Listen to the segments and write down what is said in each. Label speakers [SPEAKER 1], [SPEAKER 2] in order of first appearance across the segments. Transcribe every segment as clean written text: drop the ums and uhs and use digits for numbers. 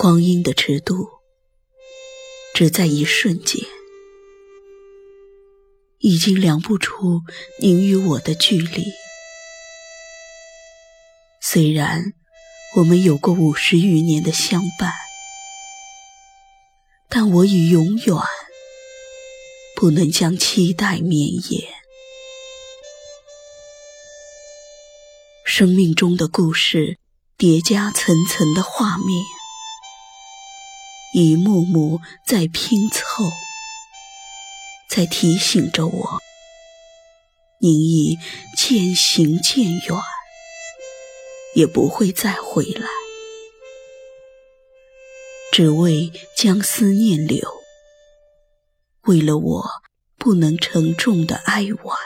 [SPEAKER 1] 光阴的尺度只在一瞬间，已经量不出您与我的距离。虽然我们有过50余年的相伴，但我已永远不能将期待绵延。生命中的故事叠加层层的画面，一幕幕在拼凑，在提醒着我，您已渐行渐远，也不会再回来，只为将思念留，为了我不能承重的哀婉。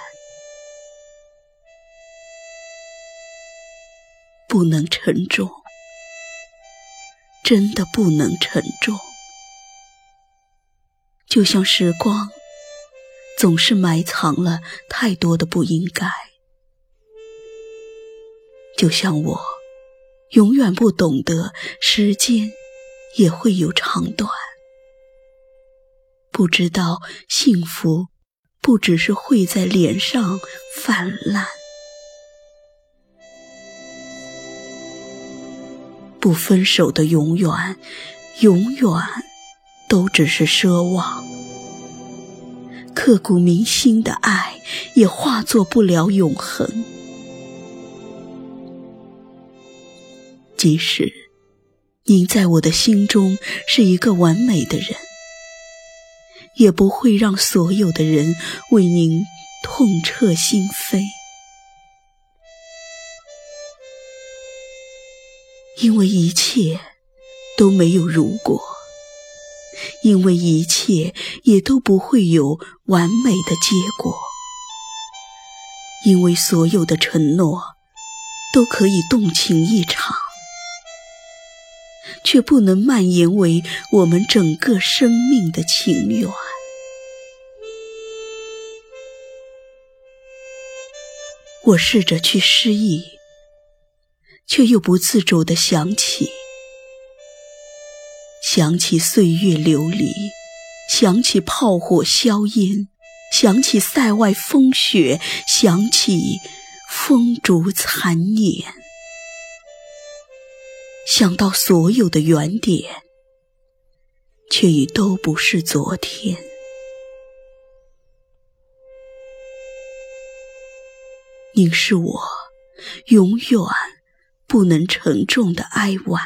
[SPEAKER 1] 不能沉重，真的不能沉重。就像时光总是埋藏了太多的不应该，就像我永远不懂得时间也会有长短，不知道幸福不只是会在脸上泛滥。不分手的永远，永远都只是奢望。刻骨铭心的爱，也化作不了永恒。即使您在我的心中是一个完美的人，也不会让所有的人为您痛彻心扉。因为一切都没有如果，因为一切也都不会有完美的结果，因为所有的承诺都可以动情一场，却不能蔓延为我们整个生命的情缘。我试着去失忆，却又不自主地想起岁月流离，想起炮火硝烟，想起塞外风雪，想起风烛残年，想到所有的原点，却已都不是昨天。您是我永远不能承重的哀婉，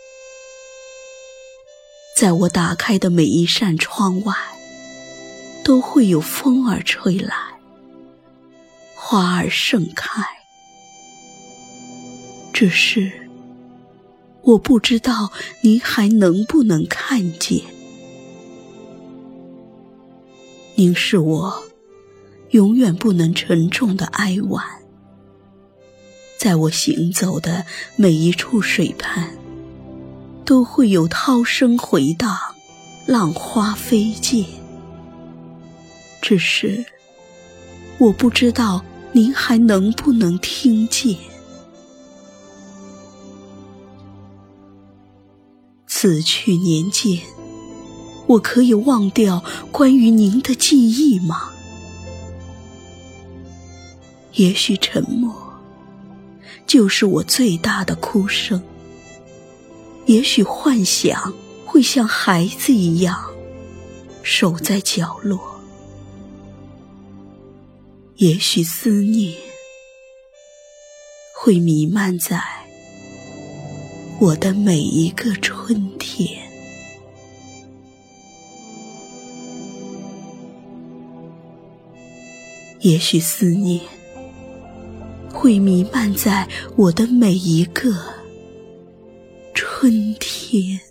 [SPEAKER 1] 在我打开的每一扇窗外，都会有风儿吹来，花儿盛开。只是我不知道您还能不能看见。您是我永远不能承重的哀婉，在我行走的每一处水畔，都会有涛声回荡，浪花飞溅。只是我不知道您还能不能听见。此去年间，我可以忘掉关于您的记忆吗？也许沉默就是我最大的哭声，也许幻想会像孩子一样守在角落，也许思念会弥漫在我的每一个春天。也许思念会弥漫在我的每一个春天。